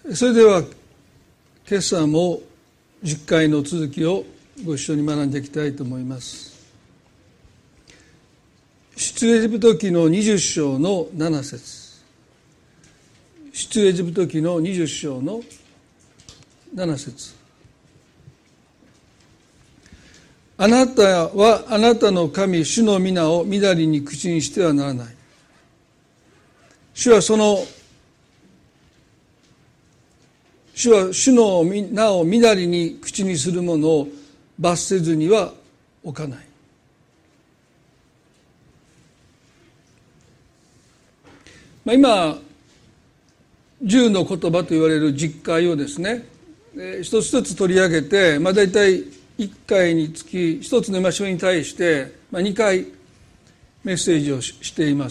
それでは今朝も10回の続きをご一緒に学んでいきたいと思います。出エジプト記の20章の7節。出エジプト記の20章の7節。あなたはあなたの神主の皆をみだりに口にしてはならない。主は主の名をみだりに口にするものを罰せずには置かない。今10の言葉と言われる10回をですね、一つ一つ取り上げて、だいたい1回につき一つの戒めに対して2回メッセージをしています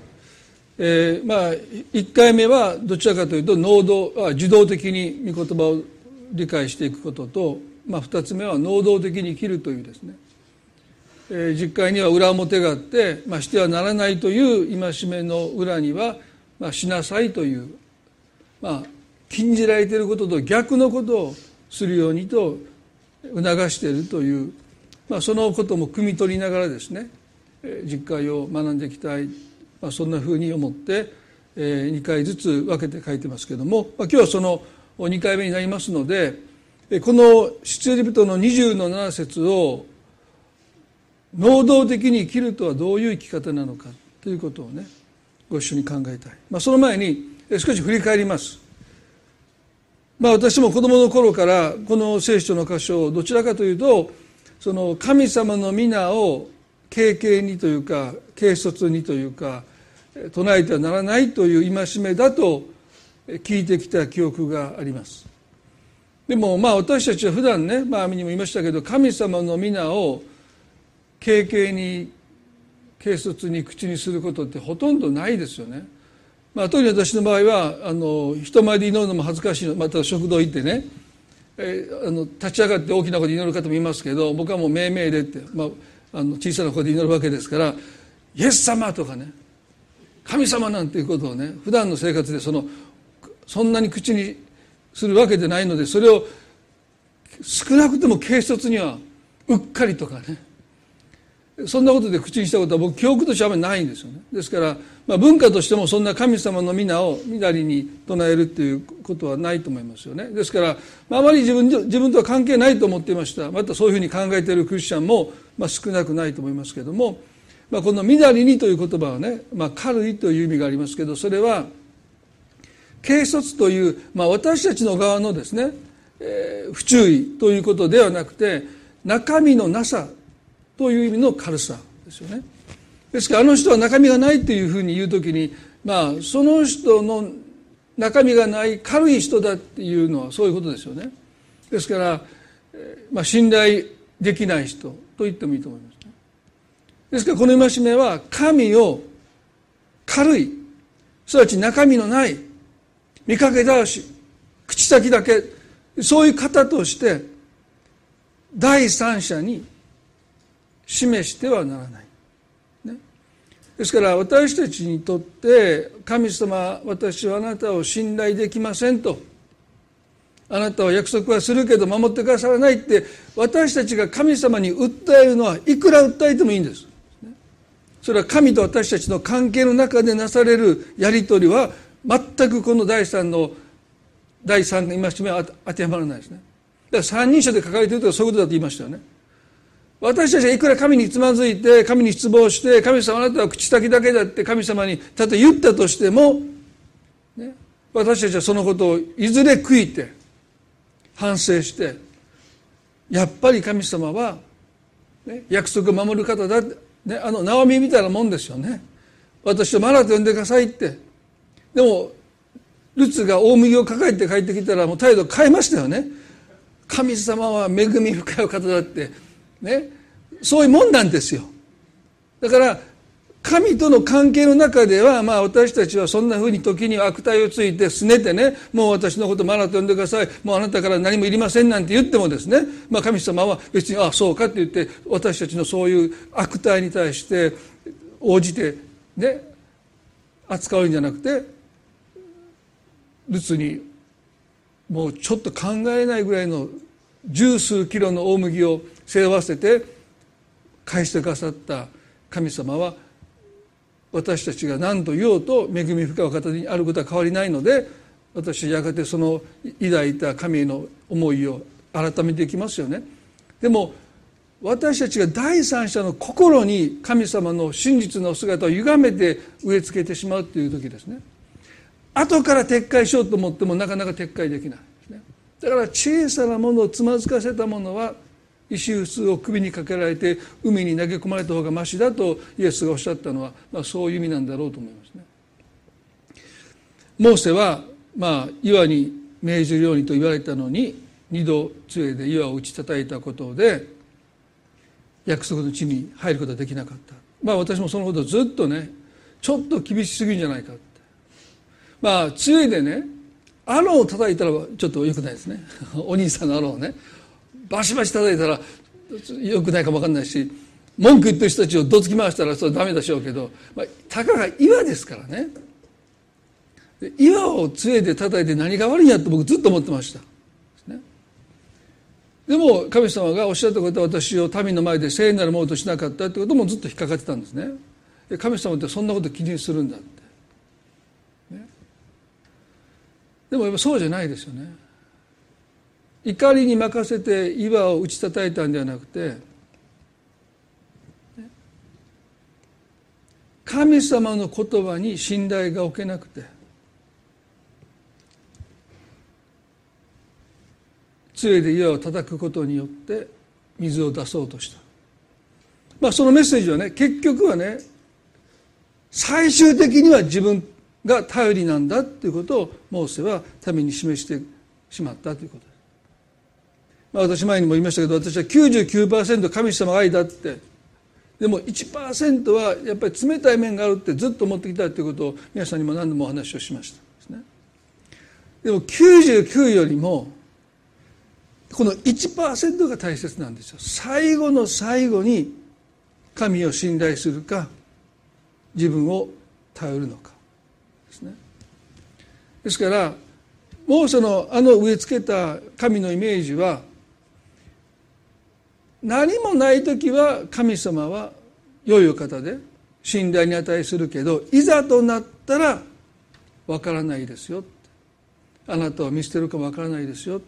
。1回目はどちらかというと受動的に御言葉を理解していくことと、2つ目は能動的に生きるというですね、10回には裏表があって、してはならないという戒めの裏には、しなさいという、禁じられていることと逆のことをするようにと促しているという、そのことも汲み取りながらですね、10回を学んでいきたい、そんなふうに思って2回ずつ分けて書いてますけども、今日はその2回目になりますので、この出エジプトの20の7節を能動的に生きるとはどういう生き方なのかということをね、ご一緒に考えたい。その前に少し振り返ります。私も子供の頃からこの聖書の箇所をどちらかというと、その神様の皆を軽々にというか軽率にというか唱えてはならないという戒めだと聞いてきた記憶があります。でも私たちは普段ね、にも言いましたけど、神様の皆を軽々に軽率に口にすることってほとんどないですよね。特に私の場合は人前で祈るのも恥ずかしいの。また食堂行ってね、立ち上がって大きな声で祈る方もいますけど、僕はもう命名でって、小さな声で祈るわけですから、イエス様とかね、神様なんていうことをね、普段の生活でそんなに口にするわけでないので、それを少なくとも軽率にはうっかりとかね、そんなことで口にしたことは僕記憶としてあまりないんですよね。ですから、文化としてもそんな神様の皆をみだりに唱えるっていうことはないと思いますよね。ですから、あまり自分とは関係ないと思っていました。またそういうふうに考えているクリスチャンも、少なくないと思いますけれども、このみだりにという言葉はね、軽いという意味がありますけど、それは軽率という、私たちの側のですね、不注意ということではなくて、中身のなさという意味の軽さですよね。ですから、あの人は中身がないというふうに言うときに、その人の中身がない軽い人だっていうのはそういうことですよね。ですから、信頼できない人と言ってもいいと思いますね。ですから、この戒めは神を軽い、すなわち中身のない、見かけ倒し、口先だけ、そういう方として第三者に示してはならない、ね、ですから私たちにとって神様、私はあなたを信頼できませんと、あなたは約束はするけど守ってくださらないって私たちが神様に訴えるのはいくら訴えてもいいんです。それは神と私たちの関係の中でなされるやり取りは全くこの第三の戒めは当てはまらないですね。だから三人称で書かれているとそういうことだと言いましたよね。私たちがいくら神につまずいて神に失望して、神様あなたは口先だけだって神様にたとえ言ったとしても、私たちはそのことをいずれ悔いて反省して、やっぱり神様は、約束を守る方だって、ナオミみたいなもんですよね。私をマラと呼んでくださいって。でもルツが大麦を抱えて帰ってきたらもう態度変えましたよね。神様は恵み深いお方だってね、そういうもんなんですよ。だから神との関係の中では、私たちはそんな風に時には悪態をついて拗ねてね、もう私のことマラと呼んでください、もうあなたから何もいりませんなんて言ってもですね、神様は別にそうかって言って私たちのそういう悪態に対して応じてね扱うんじゃなくて、ルツにもうちょっと考えないぐらいの十数キロの大麦を背負わせて返してくださった神様は、私たちが何と言おうと恵み深いお方にあることは変わりないので、私はやがてその抱いた神への思いを改めていきますよね。でも私たちが第三者の心に神様の真実の姿を歪めて植え付けてしまうという時ですね、後から撤回しようと思ってもなかなか撤回できないですね。だから小さなものをつまずかせたものは石臼を首にかけられて海に投げ込まれた方がましだとイエスがおっしゃったのは、そういう意味なんだろうと思いますね。モーセは岩に命じるようにと言われたのに2度杖で岩を打ち叩いたことで約束の地に入ることができなかった。私もそのことをずっとね、ちょっと厳しすぎるんじゃないかって。杖でね、アロンを叩いたらちょっと良くないですね。お兄さんのアロンをね、バシバシ叩いたら良くないかも分かんないし、文句言ってる人たちをどつき回したらそれはダメでしょうけど、たかが岩ですからね。岩を杖で叩いて何が悪いんやと僕ずっと思ってました。でも神様がおっしゃったことは、私を民の前で聖なるものとしなかったということもずっと引っかかってたんですね。神様ってそんなこと気にするんだって、ね、でもやっぱそうじゃないですよね。怒りに任せて岩を打ち叩いたんではなくて、神様の言葉に信頼が置けなくて、杖で岩を叩くことによって水を出そうとした。そのメッセージはね、結局はね、最終的には自分が頼りなんだということをモーセは民に示してしまったということです。私前にも言いましたけど、私は 99% 神様愛だって、でも 1% はやっぱり冷たい面があるってずっと思ってきたということを皆さんにも何度もお話をしましたですね。でも99よりもこの 1% が大切なんですよ。最後の最後に神を信頼するか自分を頼るのかですね。ですからモーセの植え付けた神のイメージは、何もない時は神様は良いお方で信頼に値するけど、いざとなったらわからないですよ、あなたを見捨てるかもわからないですよ、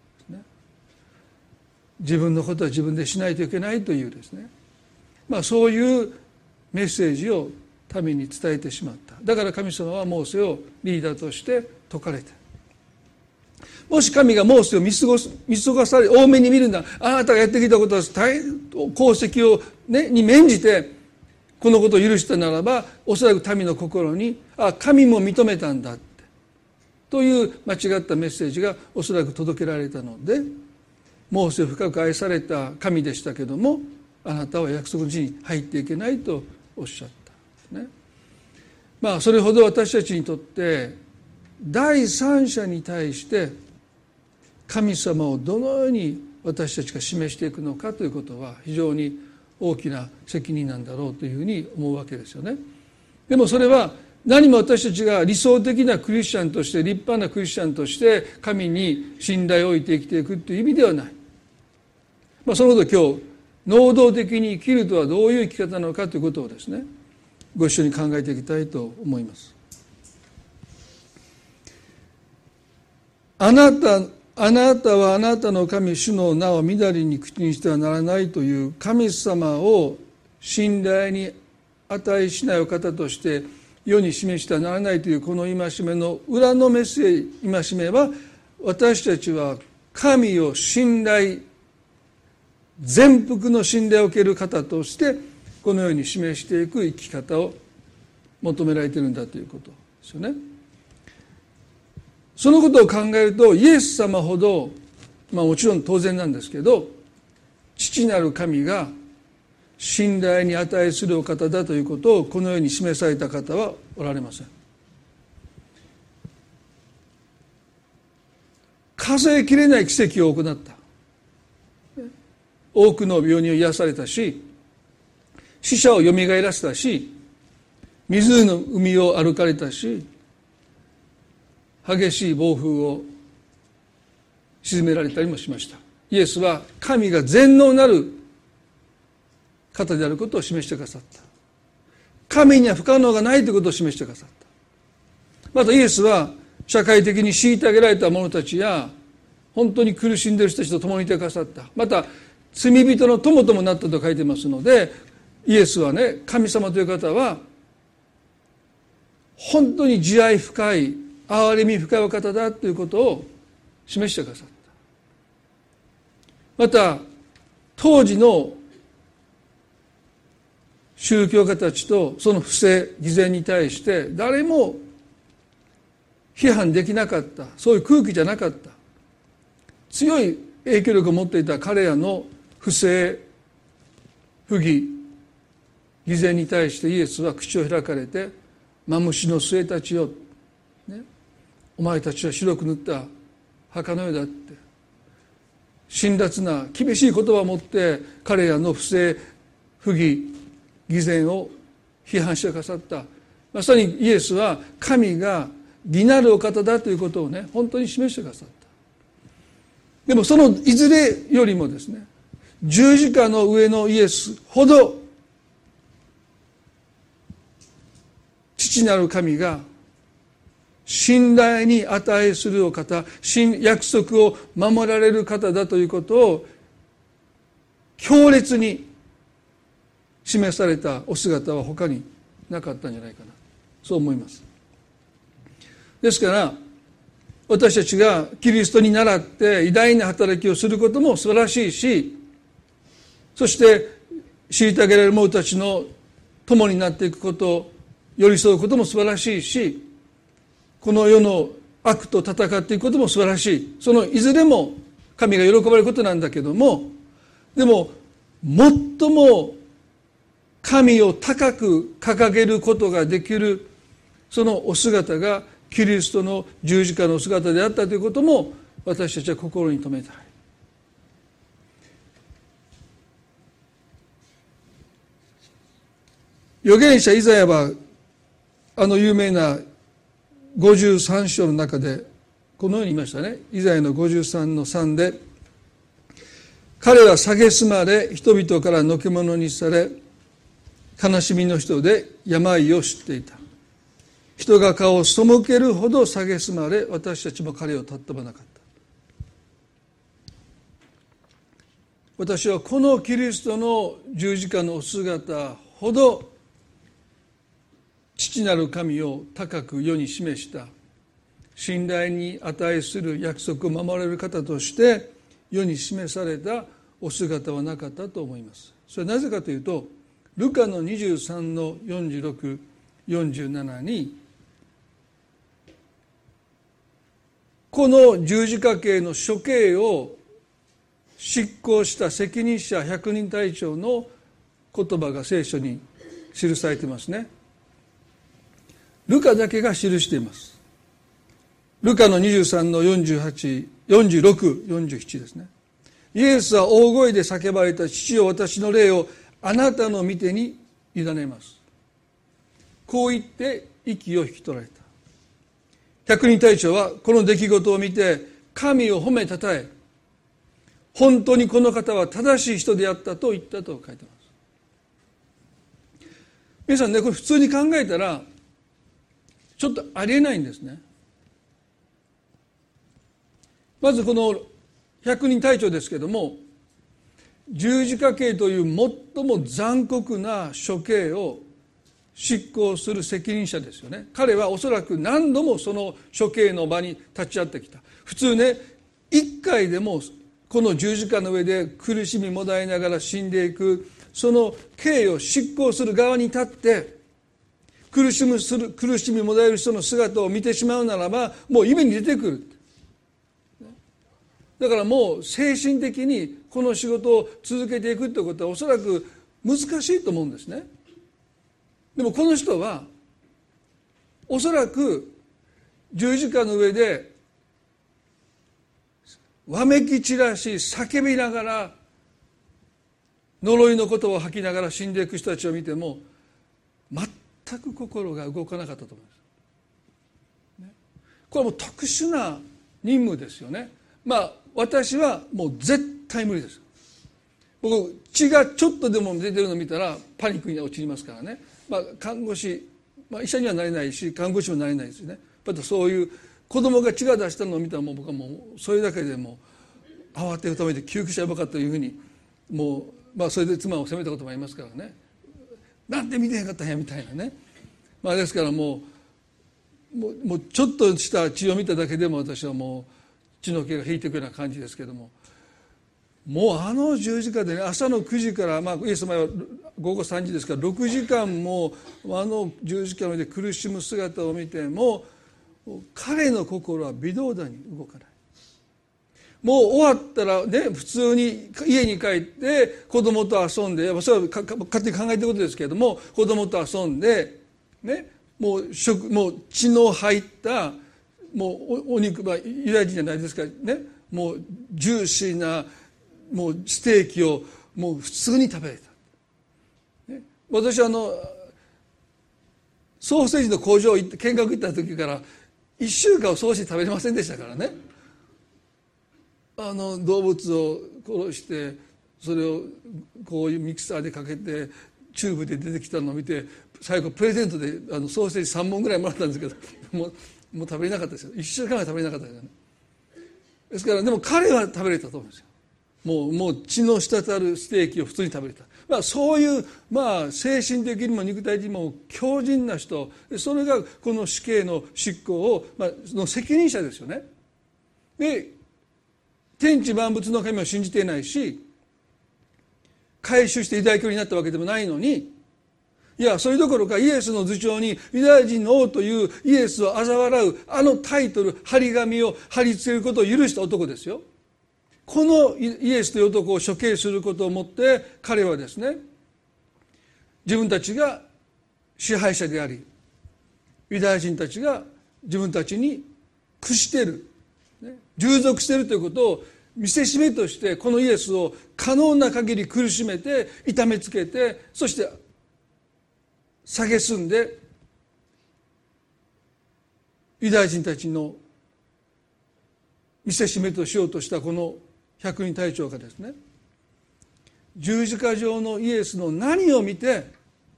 自分のことは自分でしないといけないというですね、そういうメッセージを民に伝えてしまった。だから神様はモーセをリーダーとして説かれた。もし神がモーセを見過ごされ、多めに見るんだ、あなたがやってきたことは大変功績を、に免じてこのことを許したならば、おそらく民の心に神も認めたんだってという間違ったメッセージがおそらく届けられたので、モーセを深く愛された神でしたけども、あなたは約束の地に入っていけないとおっしゃったんですね。それほど私たちにとって第三者に対して神様をどのように私たちが示していくのかということは非常に大きな責任なんだろうというふうに思うわけですよね。でもそれは何も私たちが理想的なクリスチャンとして、立派なクリスチャンとして神に信頼を置いて生きていくという意味ではない。そのことを今日能動的に生きるとはどういう生き方なのかということをですね、ご一緒に考えていきたいと思います。あなたはあなたの神主の名をみだりに口にしてはならないという神様を信頼に値しないお方として世に示してはならないというこの戒めの裏のメッセージ、戒めは、私たちは神を信頼、全幅の信頼を受ける方としてこのように示していく生き方を求められているんだということですよね。そのことを考えると、イエス様ほど、もちろん当然なんですけど、父なる神が信頼に値するお方だということをこのように示された方はおられません。数えきれない奇跡を行った。多くの病人を癒されたし、死者をよみがえらせたし、湖の海を歩かれたし、激しい暴風を沈められたりもしました。イエスは神が全能なる方であることを示してくださった。神には不可能がないということを示してくださった。またイエスは社会的に虐げられた者たちや本当に苦しんでいる人たちと共にいてくださった。また罪人の友ともなったと書いてますので、イエスはね、神様という方は本当に慈愛深い、憐れみ深いお方だということを示してくださった。また当時の宗教家たちとその不正偽善に対して誰も批判できなかった、そういう空気じゃなかった、強い影響力を持っていた彼らの不正不義偽善に対してイエスは口を開かれて、マムシの末たちよ、ね、お前たちは白く塗った墓のようだって、辛辣な厳しい言葉を持って彼らの不正不義偽善を批判してくださった。まさにイエスは神が義なるお方だということをね、本当に示してくださった。でもそのいずれよりもですね、十字架の上のイエスほど父なる神が信頼に値するお方、約束を守られる方だということを強烈に示されたお姿は他になかったんじゃないかな、そう思います。ですから私たちがキリストに倣って偉大な働きをすることも素晴らしいし、そして虐げられる者たちの友になっていくこと、寄り添うことも素晴らしいし、この世の悪と戦っていくことも素晴らしい。そのいずれも神が喜ばれることなんだけども、でも最も神を高く掲げることができるそのお姿がキリストの十字架の姿であったということも私たちは心に留めたい。預言者イザヤは有名な53章の中でこのように言いましたね。イザヤの53の3で、彼は蔑まれ人々からのけ者にされ、悲しみの人で病を知っていた。人が顔を背けるほど蔑まれ、私たちも彼を尊ばなかった。私はこのキリストの十字架のお姿ほど父なる神を高く世に示した、信頼に値する約束を守られる方として世に示されたお姿はなかったと思います。それはなぜかというと、ルカの23の46、47にこの十字架刑の処刑を執行した責任者百人隊長の言葉が聖書に記されていますね。ルカだけが記しています。ルカの23の48、46、47ですね。イエスは大声で叫ばれた。父よ、私の霊をあなたの御手に委ねます。こう言って息を引き取られた。百人隊長はこの出来事を見て神を褒めたたえ、本当にこの方は正しい人であったと言ったと書いてます。皆さんね、これ普通に考えたらちょっとありえないんですね。まずこの百人隊長ですけども、十字架刑という最も残酷な処刑を執行する責任者ですよね。彼はおそらく何度もその処刑の場に立ち会ってきた。普通ね、一回でもこの十字架の上で苦しみもだえながら死んでいく、その刑を執行する側に立って苦しみもだえる人の姿を見てしまうならば、もう夢に出てくる。だからもう精神的にこの仕事を続けていくということはおそらく難しいと思うんですね。でもこの人はおそらく十字架の上でわめき散らし叫びながら呪いの言葉を吐きながら死んでいく人たちを見ても全く心が動かなかったと思います。これはもう特殊な任務ですよね。 私はもう絶対無理です。僕血がちょっとでも出てるのを見たらパニックに陥りますからね。看護師、医者にはなれないし看護師もなれないですよね。またそういう子供が血が出したのを見たら僕はもうそれだけでもう慌てるためで救急車呼ばかというふうにもう、それで妻を責めたこともありますからね。なんで見てへんかったんやみたいなね。ですからもうちょっとした血を見ただけでも私はもう血の気が引いていくような感じですけども、もう十字架でね、朝の9時から、イエス様は午後3時ですから6時間も十字架の上で苦しむ姿を見ても彼の心は微動だに動かない。もう終わったらね、普通に家に帰って子供と遊んで、それは勝手に考えてることですけれども、子供と遊んでね、もう血の入ったもうお肉、ユダヤ人じゃないですからね、もうジューシーなもうステーキをもう普通に食べれた、ね、私はソーセージの工場見学行った時から1週間ソーセージ食べれませんでしたからね。動物を殺してそれをこういうミキサーでかけてチューブで出てきたのを見て、最後プレゼントでソーセージ3本ぐらいもらったんですけどもう食べれなかったですよ。1週間は食べれなかったですよね。ですからでも彼は食べれたと思うんですよ。もう血の滴るステーキを普通に食べれた。そういう精神的にも肉体的にも強靭な人、それがこの死刑の執行をの責任者ですよね。で天地万物の神を信じていないし、改宗してユダヤ教になったわけでもないのに、いやそれどころかイエスの頭上にユダヤ人の王というイエスを嘲笑うタイトル、張り紙を貼り付けることを許した男ですよ。このイエスという男を処刑することをもって彼はですね、自分たちが支配者であり、ユダヤ人たちが自分たちに屈している、従属しているということを見せしめとして、このイエスを可能な限り苦しめて痛めつけて、そして蔑んでユダヤ人たちの見せしめとしようとしたこの百人隊長がですね、十字架上のイエスの何を見て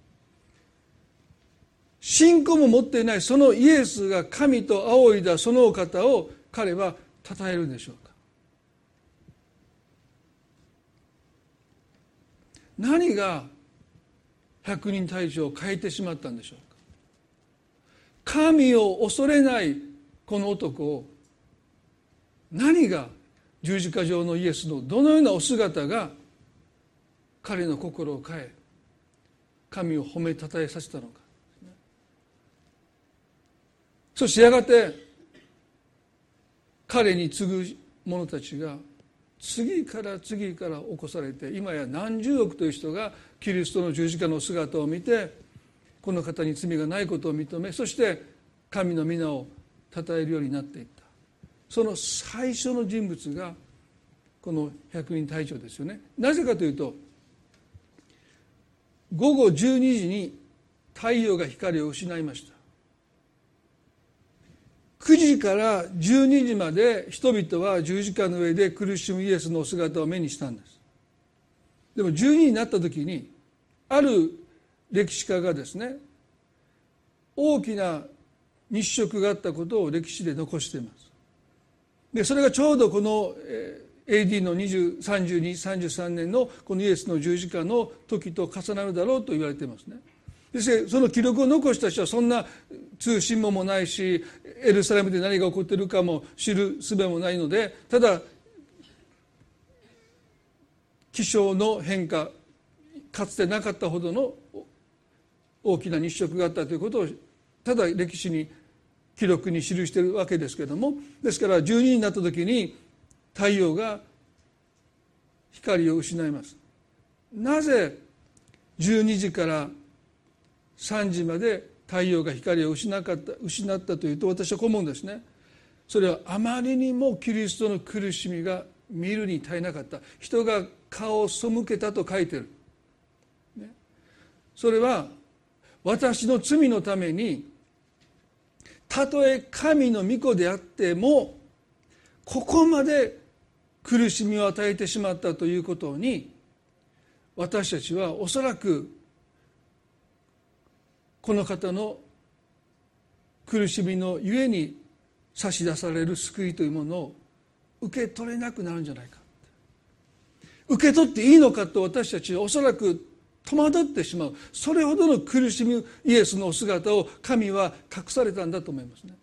信仰も持っていないそのイエスが神と仰いだそのお方を彼は称えるんでしょうか。何が百人隊長を変えてしまったんでしょうか。神を恐れないこの男を、何が十字架上のイエスのどのようなお姿が彼の心を変え神を褒めたたえさせたのか。そしてやがて彼に次ぐ者たちが次から次から起こされて、今や何十億という人がキリストの十字架の姿を見てこの方に罪がないことを認め、そして神の皆を称えるようになっていった。その最初の人物がこの百人隊長ですよね。なぜかというと、午後12時に太陽が光を失いました。9時から12時まで人々は十字架の上で苦しむイエスの姿を目にしたんです。でも12時になった時にある歴史家がですね、大きな日食があったことを歴史で残しています。でそれがちょうどこの AD の3233年のこのイエスの十字架の時と重なるだろうと言われていますね。でその記録を残した人はそんな通信網もないし、エルサレムで何が起こっているかも知る術もないので、ただ気象の変化、かつてなかったほどの大きな日食があったということをただ歴史に記録に記しているわけですけれども、ですから12時になった時に太陽が光を失います。なぜ12時から3時まで太陽が光を失ったというと、私はこう思うんですね。それはあまりにもキリストの苦しみが見るに耐えなかった。人が顔を背けたと書いてる、ね、それは私の罪のためにたとえ神の御子であってもここまで苦しみを与えてしまったということに、私たちはおそらくこの方の苦しみのゆえに差し出される救いというものを受け取れなくなるんじゃないか。受け取っていいのかと私たちはおそらく戸惑ってしまう。それほどの苦しみイエスのお姿を神は隠されたんだと思いますね。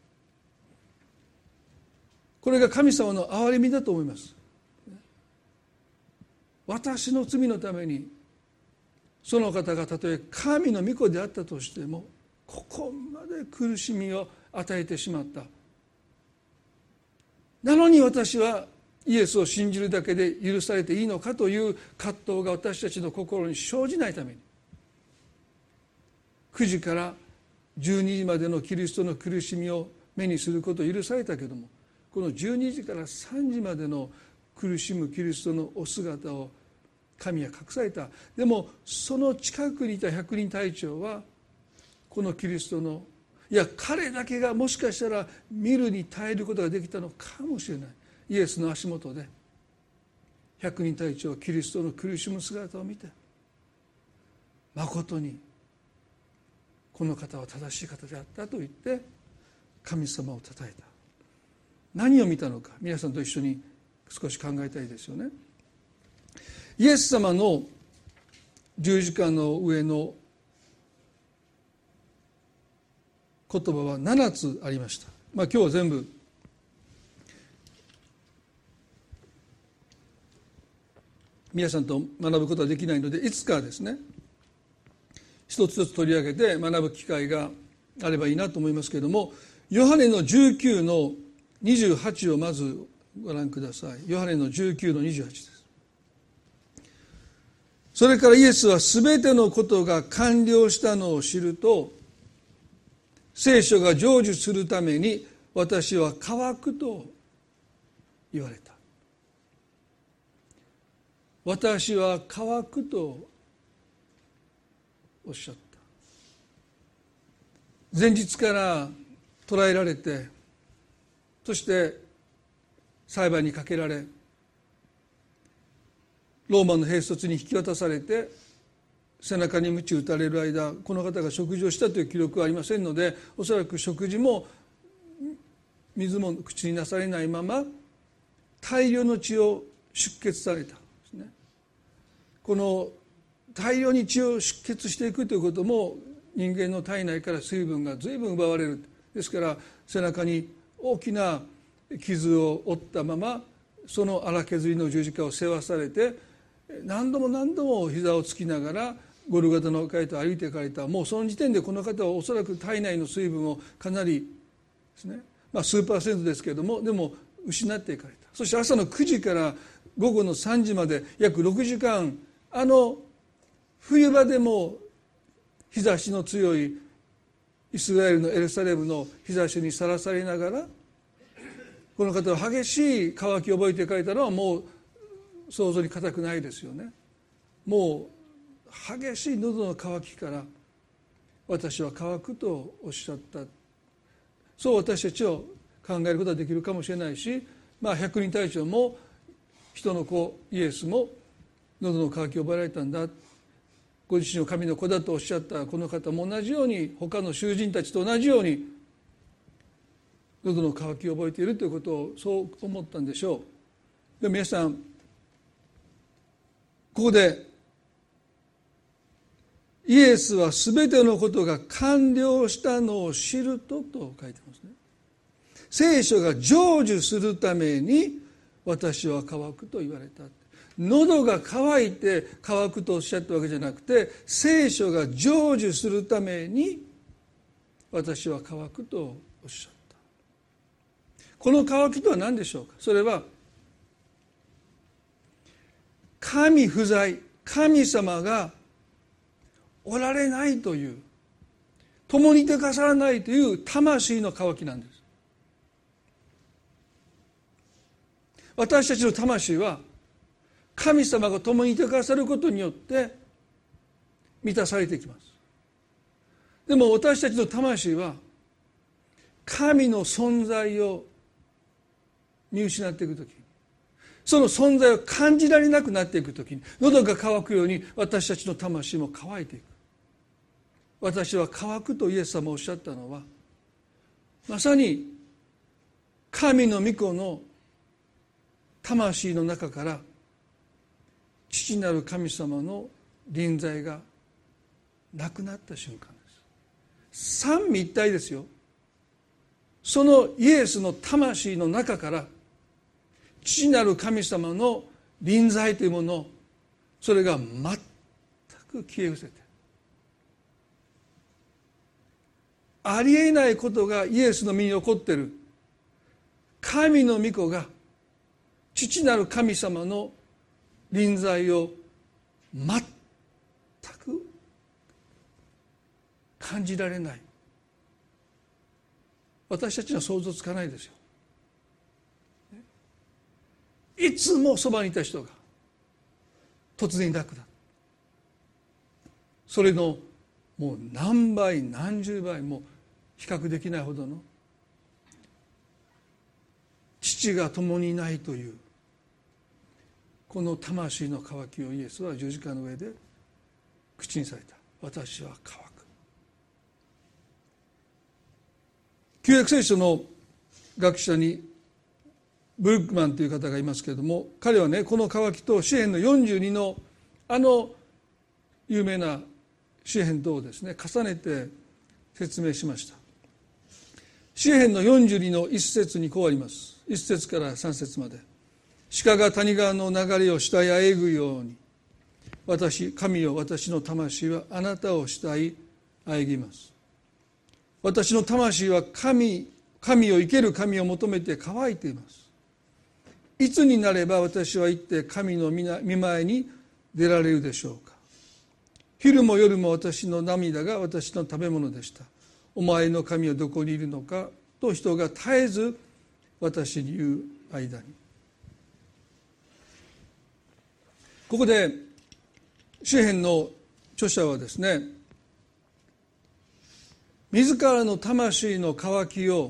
これが神様の憐れみだと思います。私の罪のためにその方がたとえ神の御子であったとしても、ここまで苦しみを与えてしまった。なのに私はイエスを信じるだけで許されていいのかという葛藤が私たちの心に生じないために、9時から12時までのキリストの苦しみを目にすることを許されたけども、この12時から3時までの苦しむキリストのお姿を神は隠された。でもその近くにいた百人隊長はこのキリストの、いや彼だけがもしかしたら見るに耐えることができたのかもしれない。イエスの足元で百人隊長はキリストの苦しむ姿を見て、まことにこの方は正しい方であったと言って神様を称えた。何を見たのか、皆さんと一緒に少し考えたいですよね。イエス様の十字架の上の言葉は7つありました。今日は全部皆さんと学ぶことはできないので、いつかですね一つ一つ取り上げて学ぶ機会があればいいなと思いますけれども、ヨハネの19の28をまずご覧ください。ヨハネの19の28です。それからイエスはすべてのことが完了したのを知ると、聖書が成就するために私は乾くと言われた。私は乾くとおっしゃった。前日から捕らえられて、そして裁判にかけられ、ローマの兵卒に引き渡されて背中に鞭打たれる間、この方が食事をしたという記録はありませんので、おそらく食事も水も口になされないまま大量の血を出血されたんですね。この大量に血を出血していくということも、人間の体内から水分が随分奪われる。ですから背中に大きな傷を負ったまま、その荒削りの十字架を背負わされて、何度も何度も膝をつきながらゴルゴタの丘へと歩いていかれた。もうその時点でこの方はおそらく体内の水分をかなりですね、数%ですけれども、でも失っていかれた。そして朝の9時から午後の3時まで約6時間、冬場でも日差しの強いイスラエルのエルサレムの日差しにさらされながら、この方は激しい渇きを覚えていかれたのはもう想像に難くないですよね。もう激しい喉の渇きから私は渇くとおっしゃった。そう私たちを考えることができるかもしれないし、百人隊長も人の子イエスも喉の渇きを覚えられたんだ、ご自身を神の子だとおっしゃったこの方も同じように、他の囚人たちと同じように喉の渇きを覚えているということをそう思ったんでしょう。でも皆さん、ここでイエスはすべてのことが完了したのを知ると書いてますね。聖書が成就するために私は乾くと言われた。喉が渇いて乾くとおっしゃったわけじゃなくて、聖書が成就するために私は乾くとおっしゃった。この渇きとは何でしょうか。それは神不在、神様がおられないという、共にいてくださらないという魂の渇きなんです。私たちの魂は神様が共にいてくださることによって満たされてきます。でも私たちの魂は神の存在を見失っていくとき、 その存在を感じられなくなっていくときに、喉が渇くように私たちの魂も渇いていく。私は渇くとイエス様おっしゃったのは、まさに神の御子の魂の中から父なる神様の臨在がなくなった瞬間です。三位一体ですよ。そのイエスの魂の中から父なる神様の臨在というもの、それが全く消え失せて、ありえないことがイエスの身に起こっている。神の御子が父なる神様の臨在を全く感じられない。私たちには想像つかないですよ。いつもそばにいた人が突然いなくなる。それのもう何倍何十倍も比較できないほどの父が共にいないというこの魂の渇きをイエスは十字架の上で口にされた。私は渇く。旧約聖書の学者にブルックマンという方がいますけれども、彼はね、この渇きと詩編の42の有名な詩編とをですね重ねて説明しました。詩編の42の1節にこうあります。1節から3節まで。鹿が谷川の流れを下へあえぐように、神よ、私の魂はあなたを下へあえぎます。私の魂は神を生ける神を求めて乾いています。いつになれば私は行って神の御前に出られるでしょうか。昼も夜も私の涙が私の食べ物でした。お前の神はどこにいるのかと人が絶えず私に言う間に。ここで詩編の著者はですね、自らの魂の渇きを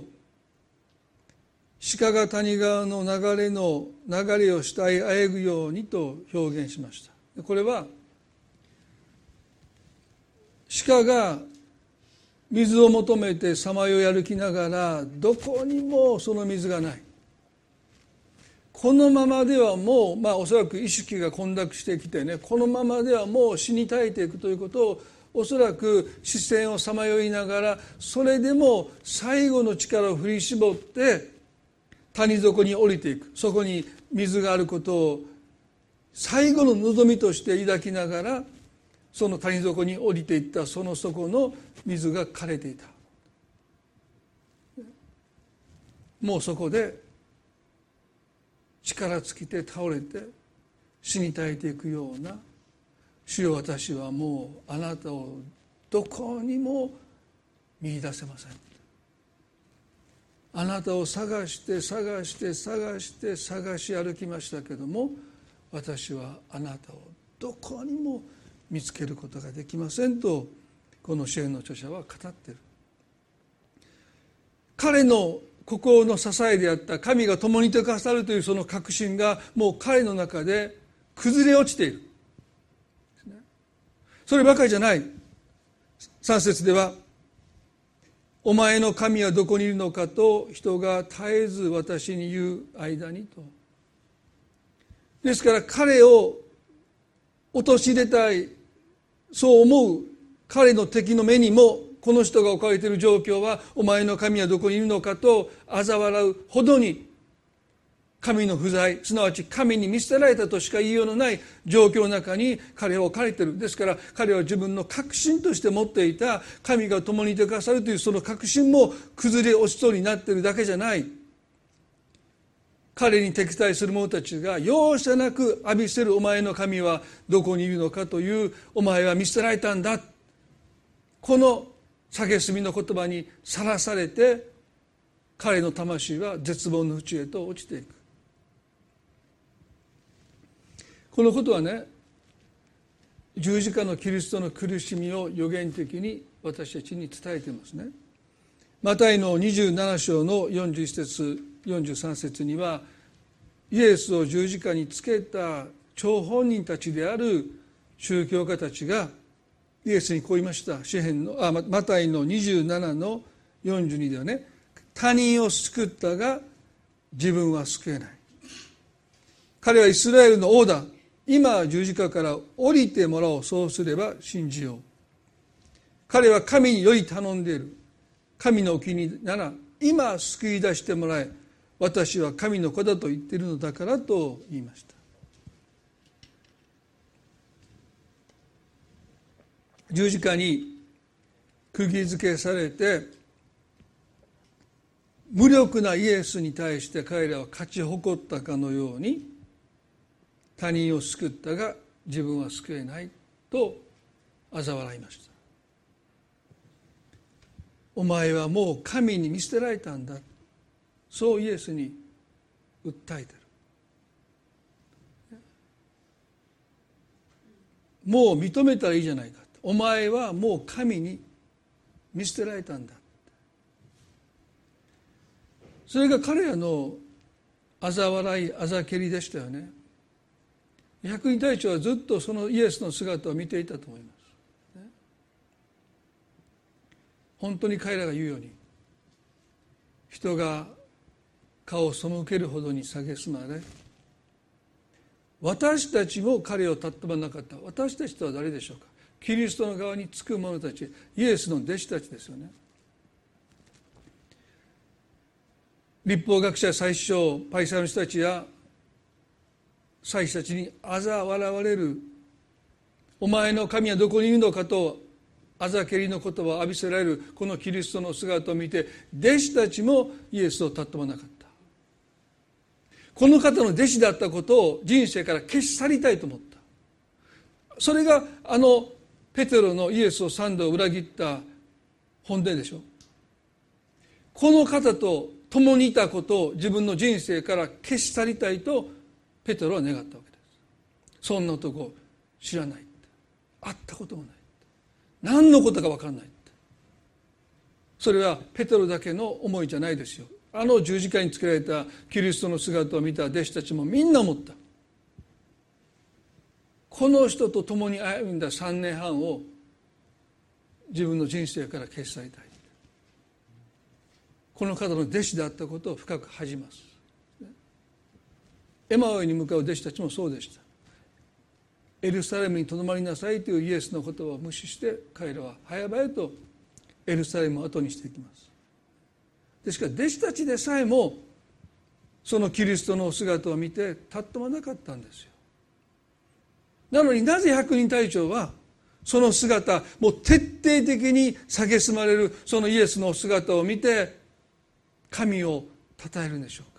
鹿が谷川の流れを下へあえぐようにと表現しました。これは鹿が水を求めてさまよい歩きながらどこにもその水がない。このままではもう、おそらく意識が混濁してきてね、このままではもう死に絶えていくということをおそらく視線をさまよいながら、それでも最後の力を振り絞って谷底に降りていく。そこに水があることを最後の望みとして抱きながら、その谷底に降りていったその底の水が枯れていた。もうそこで力尽きて倒れて死に絶えていくような、主よ、私はもうあなたをどこにも見出せません。あなたを探し歩きましたけども、私はあなたをどこにも見つけることができませんと、この詩編の著者は語っている。彼の心の支えであった神が共にいてくださるというその確信がもう彼の中で崩れ落ちている。そればかりじゃない。3節では、お前の神はどこにいるのかと人が絶えず私に言う間にと。ですから彼を陥れたい、そう思う彼の敵の目にも、この人が置かれている状況はお前の神はどこにいるのかと嘲笑うほどに神の不在、すなわち神に見捨てられたとしか言いようのない状況の中に彼は置かれている。ですから彼は自分の確信として持っていた神が共にいてくださるというその確信も崩れ落ちそうになっているだけじゃない。彼に敵対する者たちが容赦なく浴びせるお前の神はどこにいるのかという、お前は見捨てられたんだ、この蔑みの言葉にさらされて、彼の魂は絶望の淵へと落ちていく。このことはね、十字架のキリストの苦しみを予言的に私たちに伝えていますね。マタイの27章の41節43節には、 イエスを十字架につけた張本人たちである宗教家たちがイエスにこう言いました。マタイの27の42ではね、他人を救ったが自分は救えない。彼はイスラエルの王だ。今十字架から降りてもらおう。そうすれば信じよう。彼は神により頼んでいる。神のお気に入りなら今救い出してもらえ。私は神の子だと言っているのだからと言いました。十字架に釘付けされて無力なイエスに対して彼らは勝ち誇ったかのように、他人を救ったが自分は救えないと嘲笑いました。お前はもう神に見捨てられたんだ、そうイエスに訴えてる。もう認めたらいいじゃないか。お前はもう神に見捨てられたんだ。それが彼らの嘲笑い、嘲蹴りでしたよね。百人隊長はずっとそのイエスの姿を見ていたと思います。本当に彼らが言うように、人が顔を背けるほどに蔑まれ、私たちも彼を尊ばなかった。私たちとは誰でしょうか。キリストの側につく者たち、イエスの弟子たちですよね。律法学者、祭司長、パリサイの人たちや祭司たちに嘲笑われる、お前の神はどこにいるのかと嘲蹴りの言葉を浴びせられるこのキリストの姿を見て、弟子たちもイエスを尊ばなかった。この方の弟子だったことを人生から消し去りたいと思った。それがペテロのイエスを3度裏切った本音でしょ。この方と共にいたことを自分の人生から消し去りたいとペテロは願ったわけです。そんな男知らない、会ったこともない、何のことか分からない。それはペテロだけの思いじゃないですよ。十字架につけられたキリストの姿を見た弟子たちもみんな思った。この人と共に歩んだ3年半を自分の人生から消し去りたい。この方の弟子であったことを深く恥じます。エマオイに向かう弟子たちもそうでした。エルサレムにとどまりなさいというイエスの言葉を無視して彼らは早々とエルサレムを後にしていきます。ですから弟子たちでさえもそのキリストの姿を見て尊まなかったんですよ。なのになぜ百人隊長はその姿、もう徹底的に蔑まれるそのイエスの姿を見て神を称えるんでしょうか。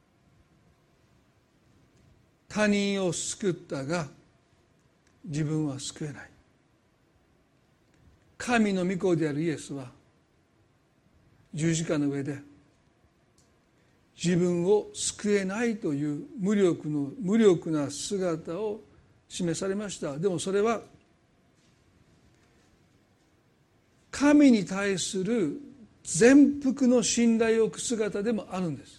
他人を救ったが自分は救えない。神の御子であるイエスは十字架の上で自分を救えないという無力な姿を示されました。でもそれは神に対する全幅の信頼を置く姿でもあるんです。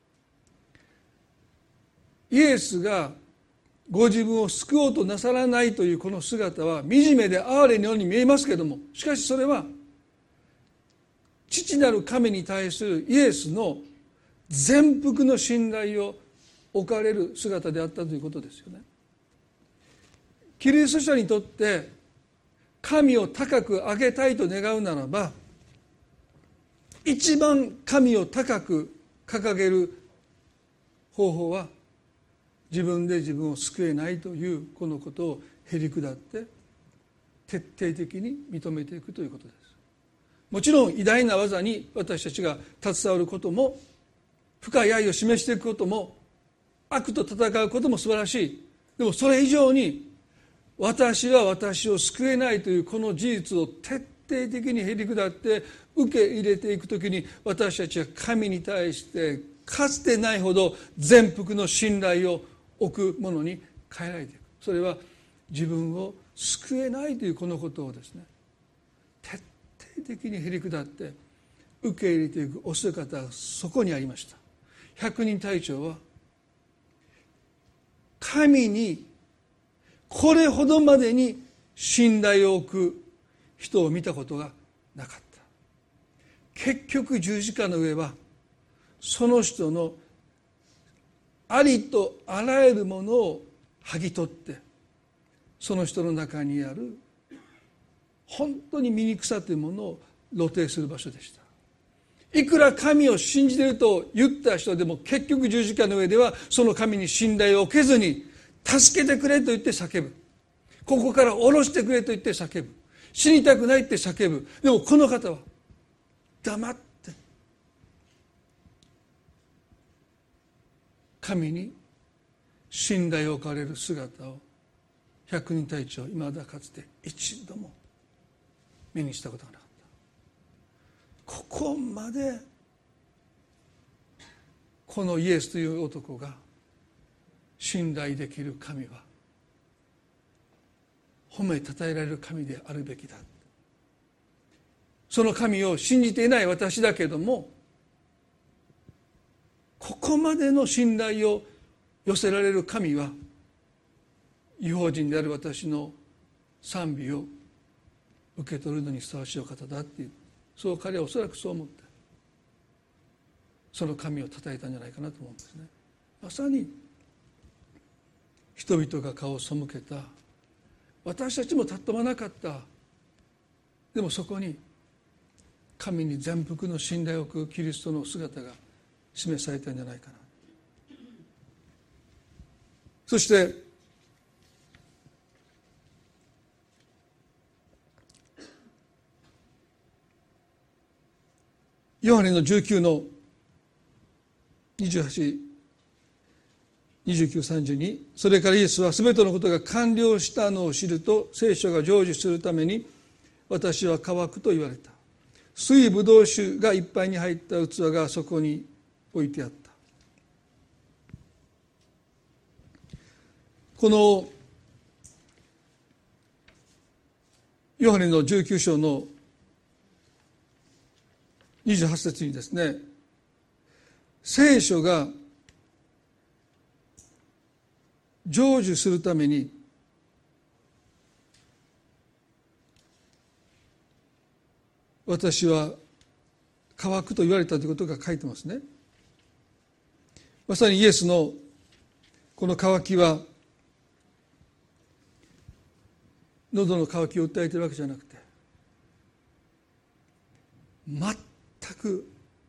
イエスがご自分を救おうとなさらないというこの姿は惨めで哀れのように見えますけれども、しかしそれは父なる神に対するイエスの全幅の信頼を置かれる姿であったということですよね。キリスト者にとって神を高く上げたいと願うならば、一番神を高く掲げる方法は自分で自分を救えないというこのことをへり下って徹底的に認めていくということです。もちろん偉大な技に私たちが携わることも、深い愛を示していくことも、悪と戦うことも素晴らしい。でもそれ以上に私は私を救えないというこの事実を徹底的にへり下って受け入れていくときに、私たちは神に対してかつてないほど全幅の信頼を置くものに変えられていく。それは自分を救えないというこのことをですね、徹底的にへり下って受け入れていくお姿がそこにありました。百人隊長は神にこれほどまでに信頼を置く人を見たことがなかった。結局十字架の上はその人のありとあらゆるものを剥ぎ取って、その人の中にある本当に醜さというものを露呈する場所でした。いくら神を信じていると言った人でも、結局十字架の上ではその神に信頼を置けずに、助けてくれと言って叫ぶ、ここから下ろしてくれと言って叫ぶ、死にたくないって叫ぶ。でもこの方は黙って神に信頼を置かれる姿を百人隊長いまだかつて一度も目にしたことがなかった。ここまでこのイエスという男が信頼できる神は褒めたたえられる神であるべきだ。その神を信じていない私だけども、ここまでの信頼を寄せられる神は異邦人である私の賛美を受け取るのにふさわしいお方だっていう、そう彼はおそらくそう思ってその神を称えたんじゃないかなと思うんですね。まさに人々が顔を背けた、私たちも尊まなかった、でもそこに神に全幅の信頼を置くキリストの姿が示されたんじゃないかな。そしてヨハネの19の28、29、32、それからイエスはすべてのことが完了したのを知ると聖書が成就するために私は乾くと言われた。水ぶどう酒がいっぱいに入った器がそこに置いてあった。このヨハネの19章の28節にですね、聖書が成就するために私は乾くと言われたということが書いてますね。まさにイエスのこの乾きは喉の渇きを訴えているわけじゃなくて、全く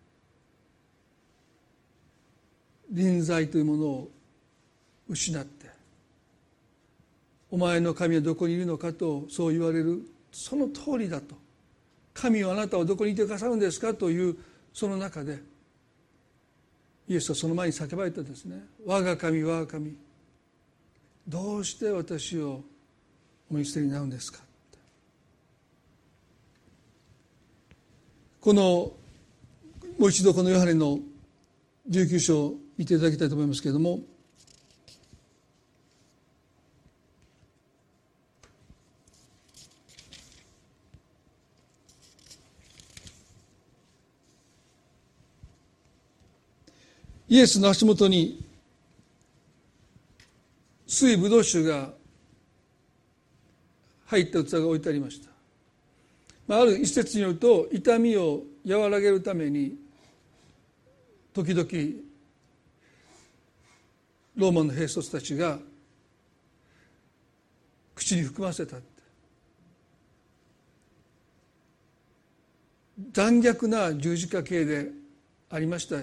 臨在というものを失って、お前の神はどこにいるのかとそう言われるその通りだと、神はあなたはどこにいてくださるんですかというその中でイエスはその前に叫ばれたですね、我が神我が神、どうして私をお見捨てになるんですか。このもう一度このヨハネの19章を見ていただきたいと思いますけれども、イエスの足元に水ぶどう酒が入った器が置いてありました。ある一節によると、痛みを和らげるために時々ローマの兵卒たちが口に含ませたって、残虐な十字架刑でありました。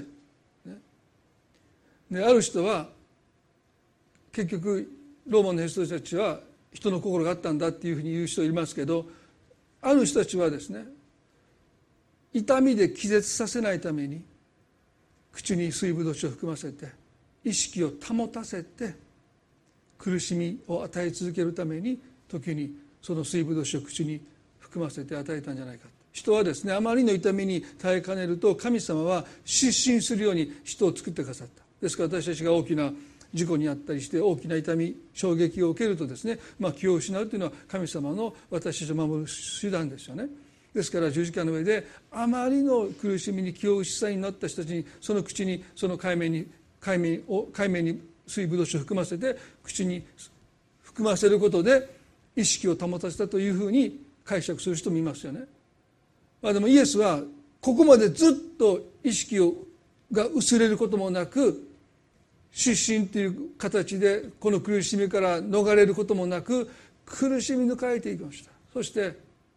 である人は結局ローマの兵士たちは人の心があったんだっていうふうに言う人いますけど、ある人たちはですね、痛みで気絶させないために口に水ぶどう酒を含ませて意識を保たせて苦しみを与え続けるために時にその水ぶどう酒を口に含ませて与えたんじゃないか。人はですね、あまりの痛みに耐えかねると神様は失神するように人を作ってくださった。ですから私たちが大きな事故にあったりして大きな痛み衝撃を受けるとですね、気を失うというのは神様の私たちを守る手段ですよね。ですから十字架の上であまりの苦しみに気を失いになった人たちにその口にその海面に水ぶどう酒を含ませて口に含ませることで意識を保たせたというふうに解釈する人もいますよね。でもイエスはここまでずっと意識が薄れることもなく、失神という形でこの苦しみから逃れることもなく苦しみ抜かれていきました。そして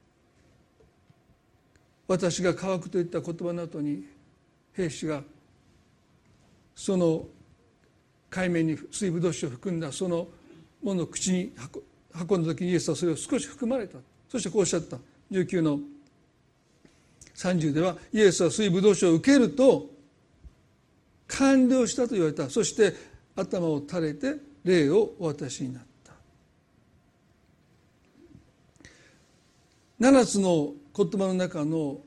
私が乾くといった言葉の後に兵士がその海面に水ぶどう酒を含んだそのものを口に運んだ時にイエスはそれを少し含まれた。そしてこうおっしゃった。19の30ではイエスは水ぶどう酒を受けると完了したと言われた。そして頭を垂れて霊をお渡しになった。7つの言葉の中の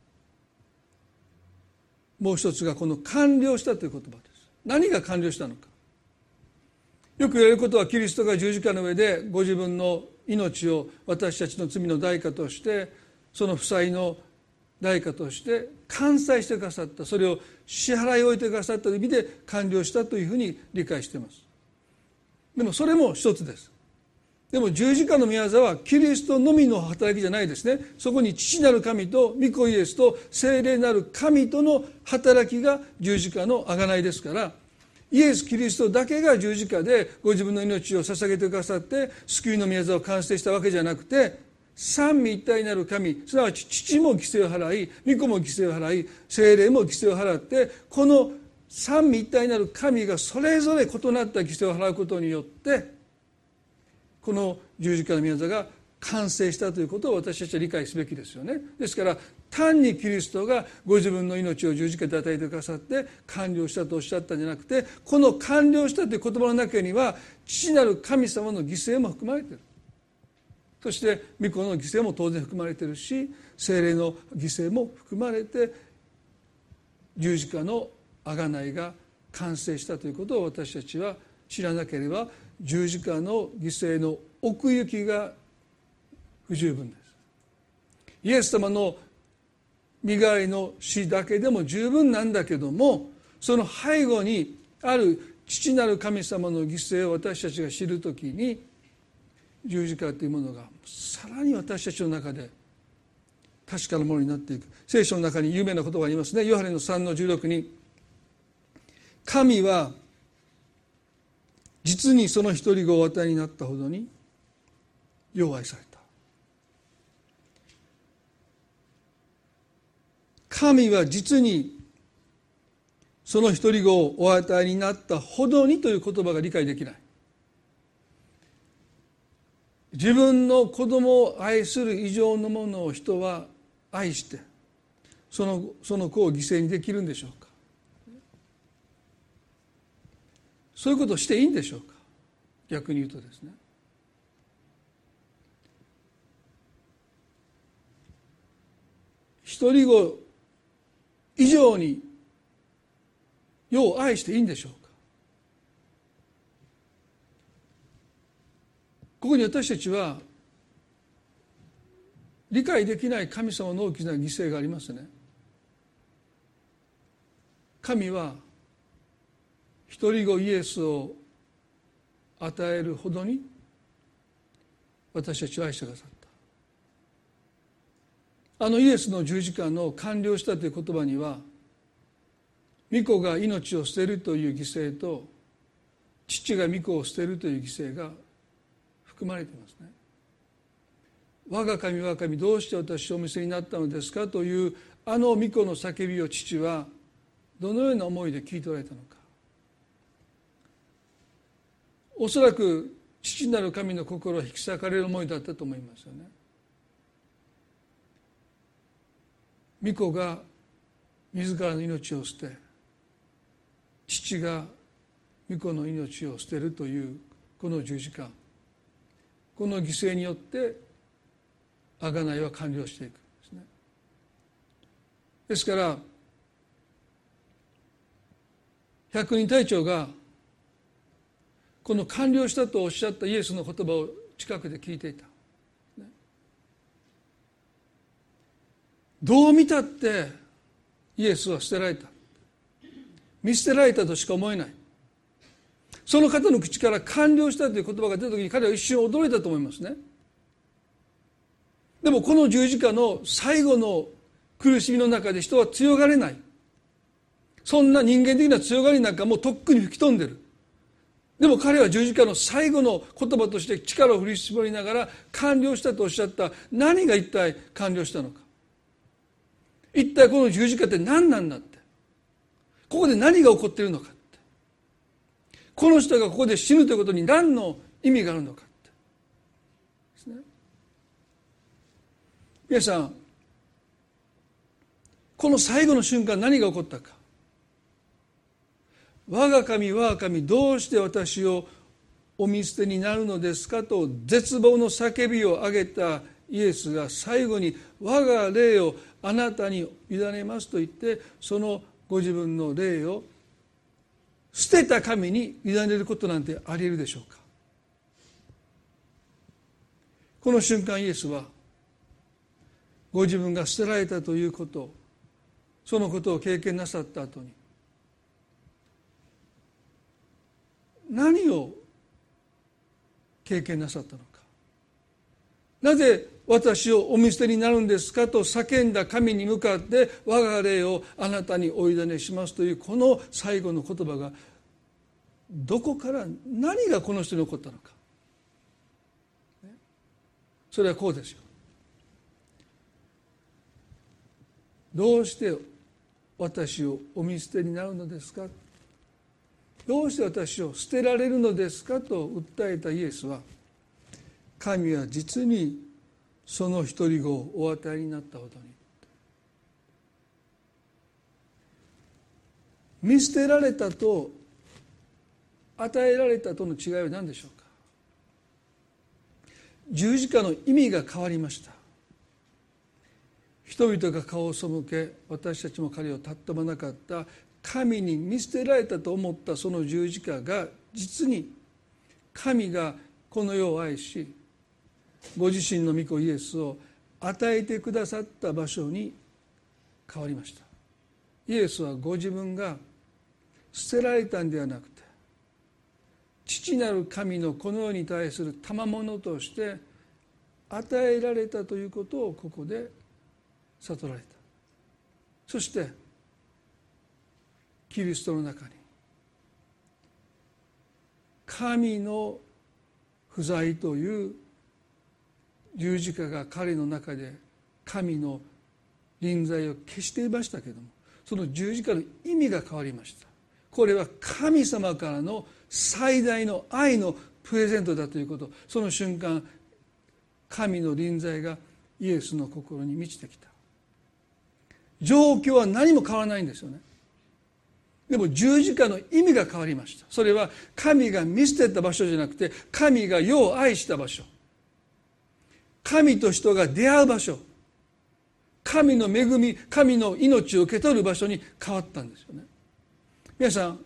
もう一つがこの完了したという言葉です。何が完了したのか。よく言われることは、キリストが十字架の上でご自分の命を私たちの罪の代価として、その負債の代価として完済してくださった、それを支払い終えてくださったという意味で完了したというふうに理解しています。でもそれも一つです。でも十字架の御業はキリストのみの働きじゃないですね。そこに父なる神と御子イエスと聖霊なる神との働きが十字架の贖いですから、イエス・キリストだけが十字架でご自分の命を捧げてくださって救いの御業を完成したわけじゃなくて、三位一体なる神、すなわち父も犠牲を払い、御子も犠牲を払い、聖霊も犠牲を払って、この三位一体なる神がそれぞれ異なった犠牲を払うことによってこの十字架の御業が完成したということを私たちは理解すべきですよね。ですから単にキリストがご自分の命を十字架で与えてくださって完了したとおっしゃったんじゃなくて、この完了したという言葉の中には父なる神様の犠牲も含まれている。そして御子の犠牲も当然含まれているし、聖霊の犠牲も含まれて十字架の贖いが完成したということを私たちは知らなければ、十字架の犠牲の奥行きが不十分です。イエス様の身代わりの死だけでも十分なんだけども、その背後にある父なる神様の犠牲を私たちが知るときに、十字架というものがさらに私たちの中で確かなものになっていく。聖書の中に有名な言葉がありますね。ヨハネの3の16に、神は実にその一人子をお与えになったほどによう愛された。神は実にその一人子をお与えになったほどにという言葉が理解できない。自分の子供を愛する以上のものを人は愛してその子を犠牲にできるんでしょうか。そういうことをしていいんでしょうか。逆に言うとですね、一人子以上に世を愛していいんでしょうか。ここに私たちは理解できない神様の大きな犠牲がありますね。神は一人子イエスを与えるほどに私たちを愛してくださった。イエスの十字架の完了したという言葉には、御子が命を捨てるという犠牲と父が御子を捨てるという犠牲が含まれていますね。我が神我が神、どうして私をお見せになったのですかという御子の叫びを父はどのような思いで聞いておられたのか。おそらく父なる神の心を引き裂かれる思いだったと思いますよね。御子が自らの命を捨て、父が御子の命を捨てるというこの十字架、この犠牲によって贖いは完了していくんですね。ですから百人隊長がこの完了したとおっしゃったイエスの言葉を近くで聞いていた。どう見たってイエスは捨てられた、見捨てられたとしか思えない。 その方の口から完了したという言葉が出た時に彼は一瞬驚いたと思いますね。でもこの十字架の最後の苦しみの中で人は強がれない。そんな人間的な強がりなんかもうとっくに吹き飛んでる。でも彼は十字架の最後の言葉として力を振り絞りながら完了したとおっしゃった。何が一体完了したのか。一体この十字架って何なんだって。ここで何が起こっているのかって。この人がここで死ぬということに何の意味があるのかってですね。皆さん、この最後の瞬間何が起こったか。我が神我が神、どうして私をお見捨てになるのですかと絶望の叫びを上げたイエスが最後に我が霊をあなたに委ねますと言って、そのご自分の霊を捨てた神に委ねることなんてあり得るでしょうか。この瞬間イエスはご自分が捨てられたということ、そのことを経験なさった後に何を経験なさったのか。なぜ私をお見捨てになるんですかと叫んだ神に向かって我が霊をあなたにお委ねしますというこの最後の言葉がどこから何がこの人に起こったのか。それはこうですよ。どうして私をお見捨てになるのですか。どうして私を捨てられるのですかと訴えたイエスは、神は実にその一人子をお与えになったほどに。見捨てられたと与えられたとの違いは何でしょうか。十字架の意味が変わりました。人々が顔を背け、私たちも彼を尊ばなかった神に見捨てられたと思ったその十字架が、実に神がこの世を愛し、ご自身の御子イエスを与えてくださった場所に変わりました。イエスはご自分が捨てられたんではなくて、父なる神のこの世に対する賜物として与えられたということをここで悟られた。そしてキリストの中に神の不在という十字架が彼の中で神の臨在を消していましたけれども、その十字架の意味が変わりました。これは神様からの最大の愛のプレゼントだということ、その瞬間神の臨在がイエスの心に満ちてきた。状況は何も変わらないんですよね。でも十字架の意味が変わりました。それは神が見捨てた場所じゃなくて、神が世を愛した場所、神と人が出会う場所、神の恵み、神の命を受け取る場所に変わったんですよね。皆さん、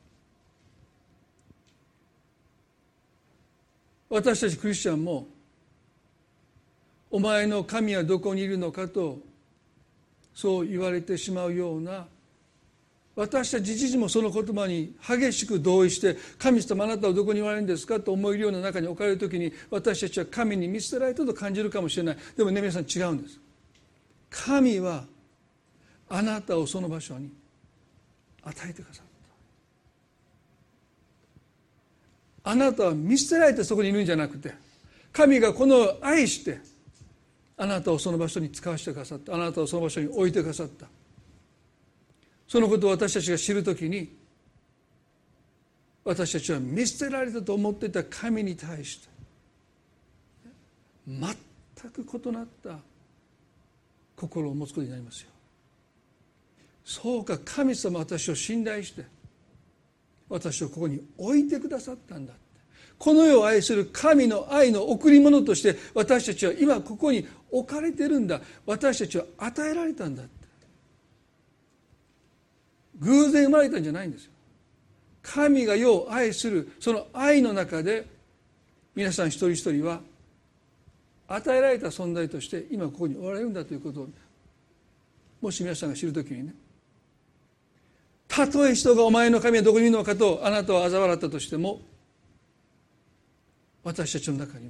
私たちクリスチャンも、お前の神はどこにいるのかとそう言われてしまうような、私たち自身もその言葉に激しく同意して、神様あなたはどこにおられるんですかと思えるような中に置かれるときに、私たちは神に見捨てられたと感じるかもしれない。でもね、皆さん違うんです。神はあなたをその場所に与えてくださった。あなたは見捨てられてそこにいるんじゃなくて、神がこの愛してあなたをその場所に使わせてくださった。あなたをその場所に置いてくださった。そのことを私たちが知るときに、私たちは見捨てられたと思っていた神に対して全く異なった心を持つことになりますよ。そうか、神様は私を信頼して私をここに置いてくださったんだ。この世を愛する神の愛の贈り物として私たちは今ここに置かれているんだ。私たちは与えられたんだ。偶然生まれたんじゃないんですよ。神が世を愛するその愛の中で、皆さん一人一人は与えられた存在として今ここにおられるんだということを、もし皆さんが知るときにね、 たとえ人がお前の神はどこにいるのかとあなたを嘲笑ったとしても、私たちの中には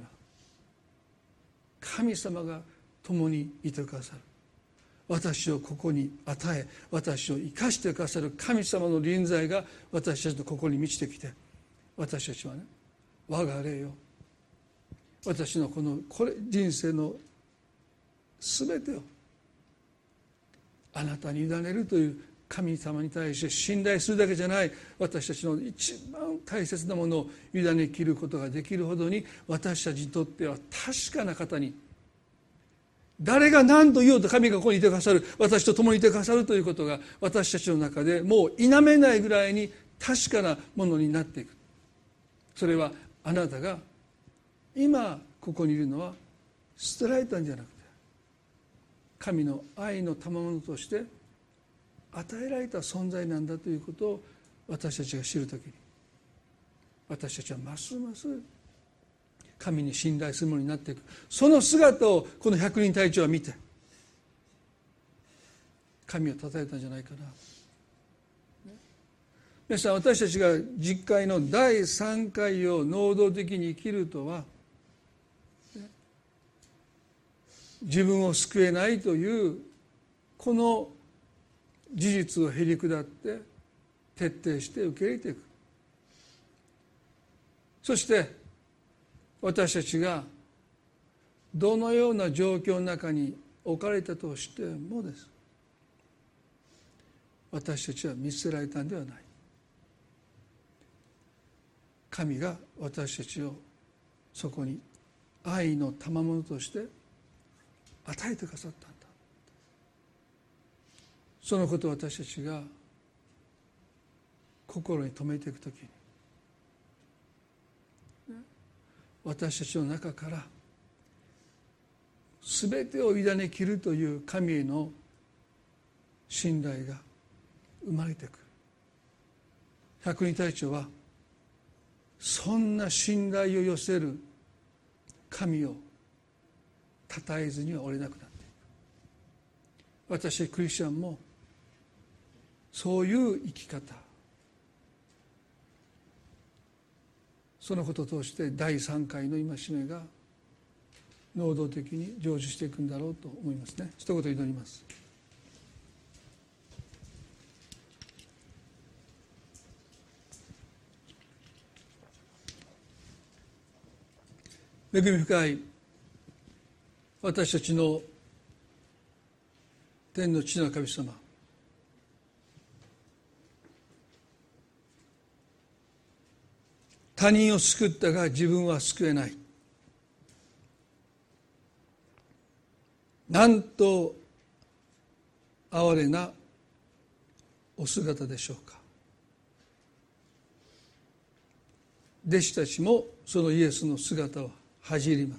神様が共にいてくださる、私をここに与え私を生かしてくださる神様の臨在が私たちのここに満ちてきて、私たちはね、我が霊よ、私のこの人生の全てをあなたに委ねるという神様に対して信頼するだけじゃない、私たちの一番大切なものを委ねきることができるほどに、私たちにとっては確かな方に、誰が何と言おうと神がここにいてくださる、私と共にいてくださるということが私たちの中でもう否めないぐらいに確かなものになっていく。それはあなたが今ここにいるのは捨てられたんじゃなくて、神の愛の賜物として与えられた存在なんだということを私たちが知るときに、私たちはますます神に信頼するものになっていく。その姿をこの百人隊長は見て神を称えたんじゃないかな。皆さん、私たちが実会の第3回を能動的に生きるとは、自分を救えないというこの事実をへり下って徹底して受け入れていく。そして私たちがどのような状況の中に置かれたとしてもです、私たちは見捨てられたんではない。神が私たちをそこに愛の賜物として与えてくださったんだ。そのことを私たちが心に留めていくときに、私たちの中から全てを委ねきるという神への信頼が生まれてくる。百人隊長はそんな信頼を寄せる神を称えずにはおれなくなっていく。私クリスチャンもそういう生き方、そのことを通して第3回の戒めが能動的に成就していくんだろうと思いますね。一言祈ります。恵み深い私たちの天の父なる神様、他人を救ったが自分は救えない、なんと哀れなお姿でしょうか。弟子たちもそのイエスの姿を恥じります。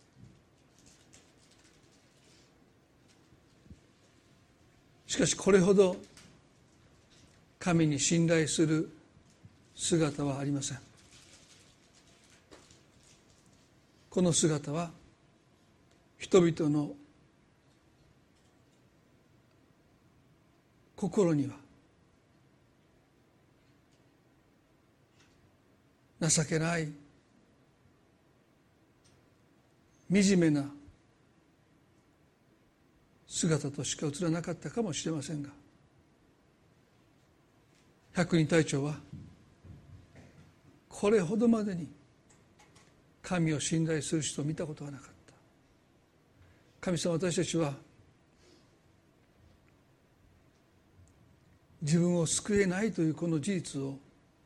しかしこれほど神に信頼する姿はありません。この姿は人々の心には情けない惨めな姿としか映らなかったかもしれませんが、百人隊長はこれほどまでに神を信頼する人を見たことはなかった。神様、私たちは自分を救えないというこの事実を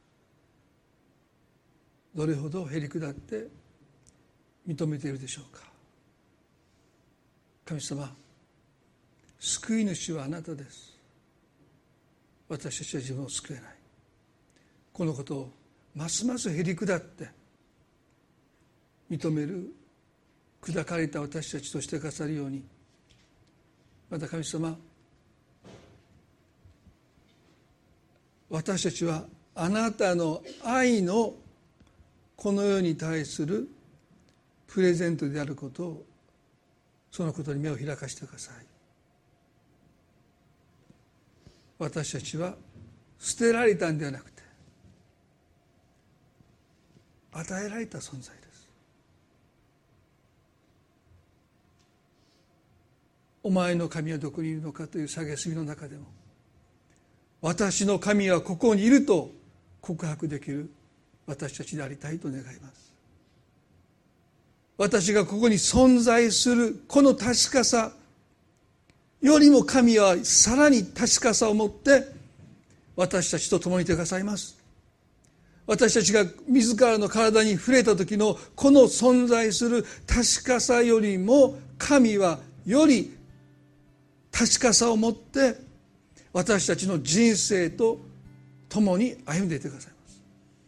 どれほどへり下って認めているでしょうか。神様、救い主はあなたです。私たちは自分を救えない。このことをますますへり下って認める砕かれた私たちとしてくださるように、また神様、私たちはあなたの愛のこの世に対するプレゼントであることを、そのことに目を開かせてください。私たちは捨てられたんではなくて与えられた存在です。お前の神はどこにいるのかという蔑みの中でも、私の神はここにいると告白できる私たちでありたいと願います。私がここに存在するこの確かさよりも、神はさらに確かさを持って私たちと共にいてくださいます。私たちが自らの体に触れた時のこの存在する確かさよりも、神はより確かさを持って私たちの人生と共に歩んでいてくださいます。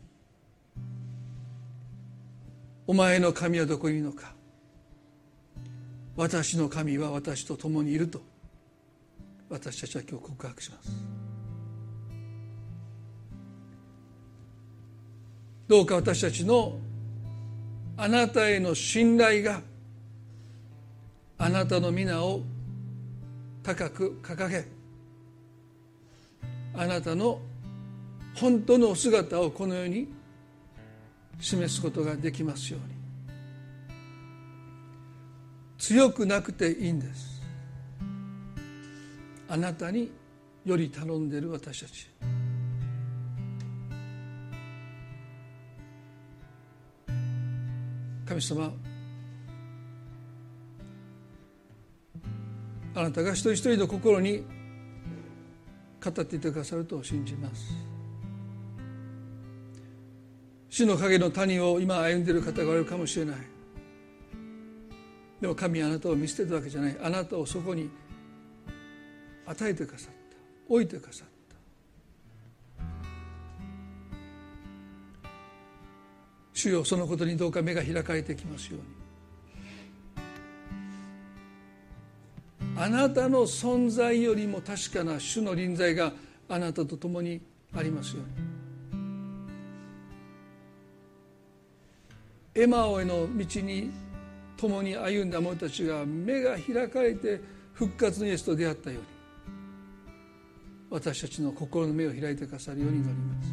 お前の神はどこにいるのか、私の神は私と共にいると私たちは今日告白します。どうか私たちのあなたへの信頼があなたの皆を高く掲げ、あなたの本当のお姿をこの世に示すことができますように。強くなくていいんです。あなたにより頼んでいる私たち、神様、あなたが一人一人の心に語っていてくださると信じます。死の影の谷を今歩んでいる方がおられるかもしれない。でも神はあなたを見捨てたわけじゃない。あなたをそこに与えてくださった、置いてくださった。主よ、そのことにどうか目が開かれてきますように。あなたの存在よりも確かな主の臨在があなたと共にありますように。エマオへの道に共に歩んだ者たちが目が開かれて復活のイエスと出会ったように、私たちの心の目を開いてくださるように祈ります。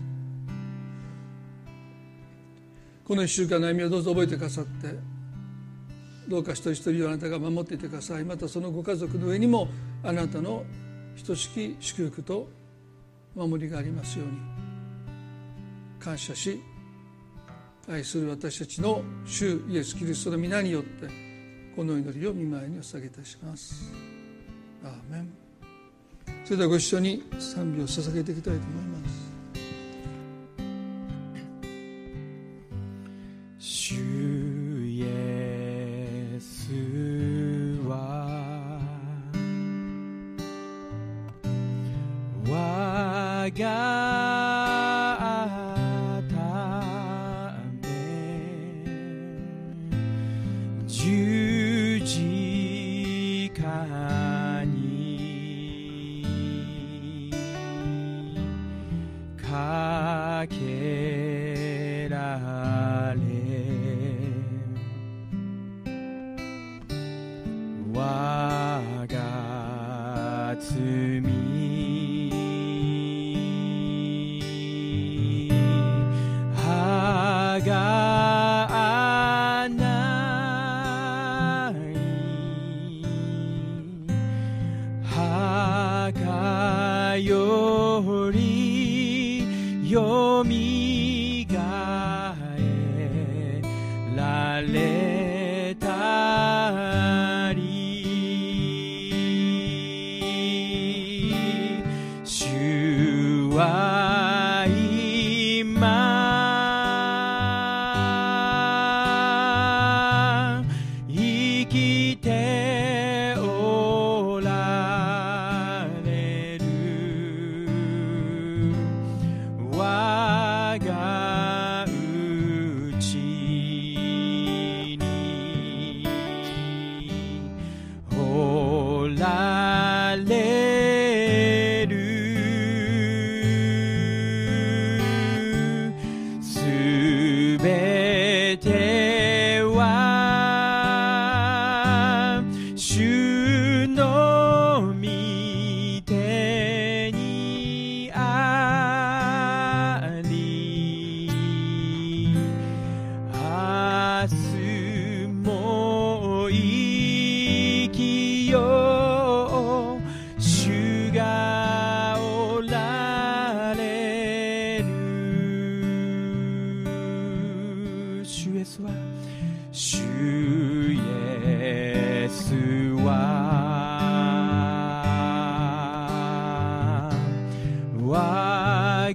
この1週間の歩みをどうぞ覚えてくださって、どうか一人一人をあなたが守っていてください。またそのご家族の上にもあなたの等しき祝福と守りがありますように感謝し、愛する私たちの主イエスキリストの皆によってこの祈りを御前にお捧げいたします。アーメン。それではご一緒に賛美を捧げていきたいと思います。 主イエスは我が十字架にかけられ、我が罪はがない墓よりよみがえられたり、主は今生きておられる。我がうちにスは主イエスは我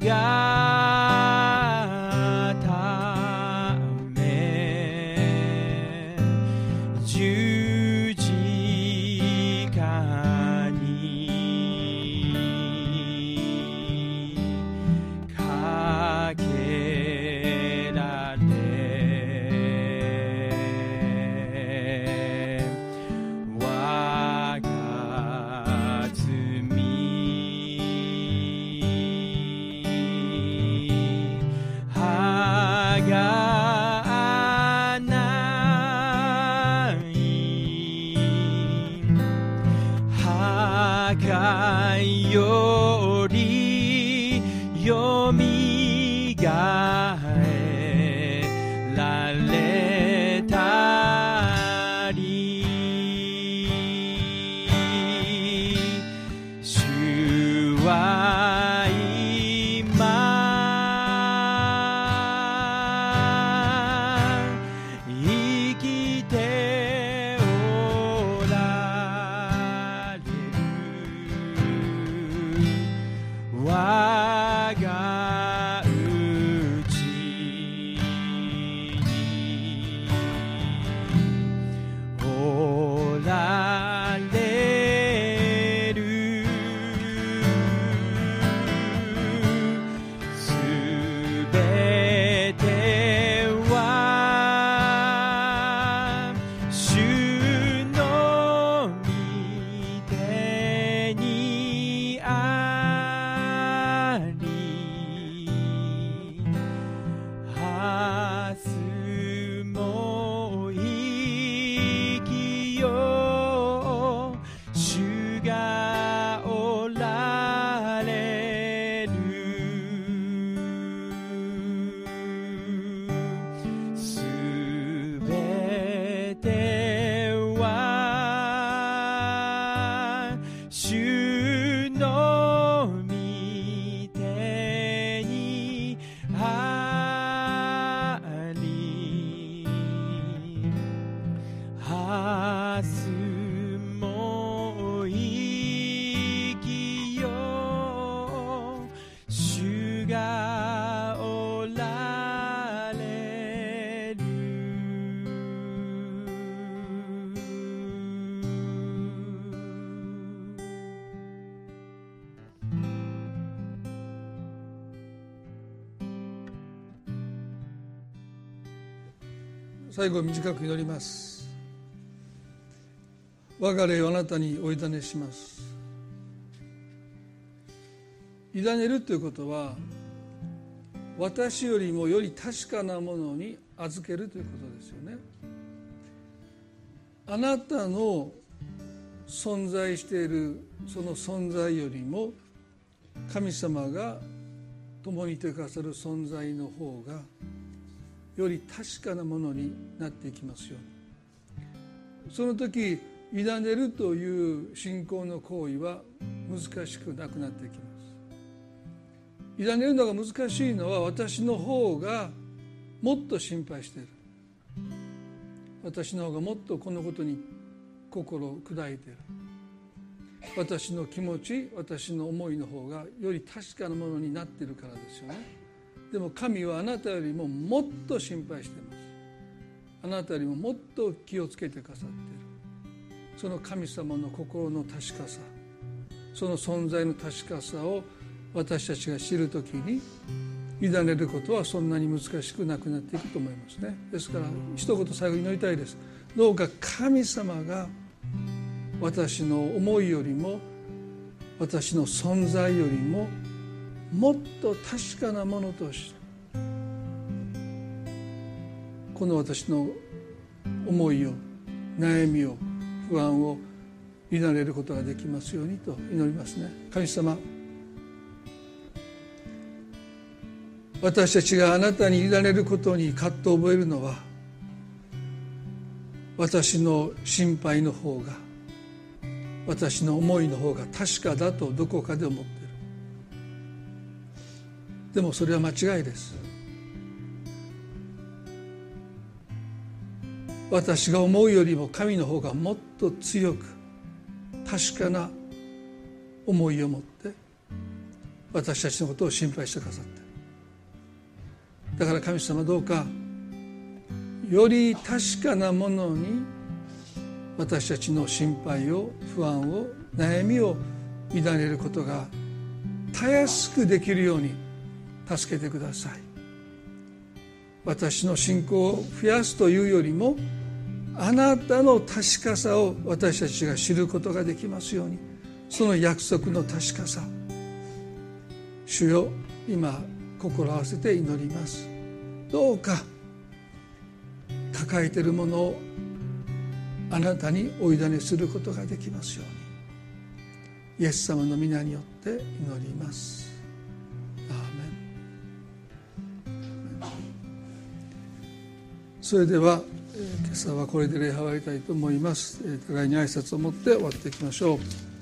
がため十字架にかけられ我が罪はがない墓よりよみがえられたり主は今生きておられる我がうちにおられるすべては主の御手にあり明日も生きよう主がおられるすべては主の御手にあり明日も生きよう主がおられる最後短く祈ります。我が霊をあなたにお委ねします。委ねるということは私よりもより確かなものに預けるということですよね。あなたの存在しているその存在よりも神様が共にいてくださる存在の方がより確かなものになっていきますように。その時委ねるという信仰の行為は難しくなくなっていきます。委ねるのが難しいのは私の方がもっと心配している、私の方がもっとこのことに心を砕いている、私の気持ち、私の思いの方がより確かなものになっているからですよね。でも神はあなたよりももっと心配しています。あなたよりももっと気をつけてくださっている。その神様の心の確かさ、その存在の確かさを私たちが知るときに委ねることはそんなに難しくなくなっていくと思いますね。ですから一言最後に祈りたいです。どうか神様が私の思いよりも私の存在よりももっと確かなものとしてこの私の思いを、悩みを、不安を委ねることができますようにと祈りますね。神様、私たちがあなたに委ねることに葛藤を覚えるのは私の心配の方が、私の思いの方が確かだとどこかで思っている。でもそれは間違いです。 私が思うよりも神の方がもっと強く確かな思いを持って私たちのことを心配してくださって、だから神様どうかより確かなものに私たちの心配を不安を悩みを委ねることがたやすくできるように助けてください。私の信仰を増やすというよりもあなたの確かさを私たちが知ることができますように、その約束の確かさ、主よ今心合わせて祈ります。どうか抱えているものをあなたにお委ねすることができますように、イエス様の皆によって祈ります。アーメン。それでは今朝はこれで礼拝を終わりたいと思います。互いに挨拶を持って終わっていきましょう。